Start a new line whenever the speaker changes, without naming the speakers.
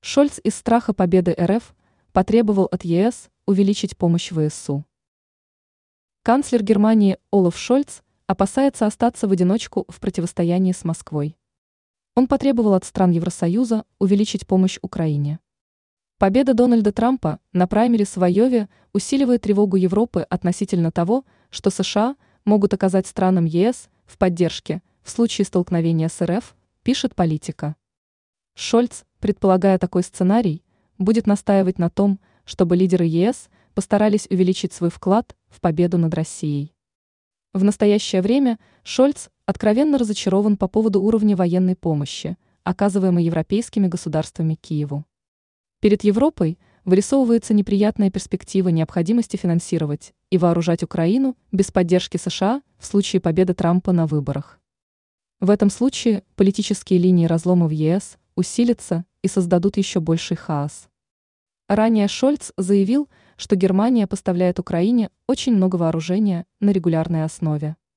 Шольц из страха победы РФ потребовал от ЕС увеличить помощь ВСУ. Канцлер Германии Олаф Шольц опасается остаться в одиночку в противостоянии с Москвой. Он потребовал от стран Евросоюза увеличить помощь Украине. Победа Дональда Трампа на праймерис в Айове усиливает тревогу Европы относительно того, что США могут оказать странам ЕС в поддержке в случае столкновения с РФ, пишет Политика. Шольц, предполагая такой сценарий, будет настаивать на том, чтобы лидеры ЕС постарались увеличить свой вклад в победу над Россией. В настоящее время Шольц откровенно разочарован по поводу уровня военной помощи, оказываемой европейскими государствами Киеву. Перед Европой вырисовывается неприятная перспектива необходимости финансировать и вооружать Украину без поддержки США в случае победы Трампа на выборах. В этом случае политические линии разлома в ЕС усилятся и создадут еще больший хаос. Ранее Шольц заявил, что Германия поставляет Украине очень много вооружения на регулярной основе.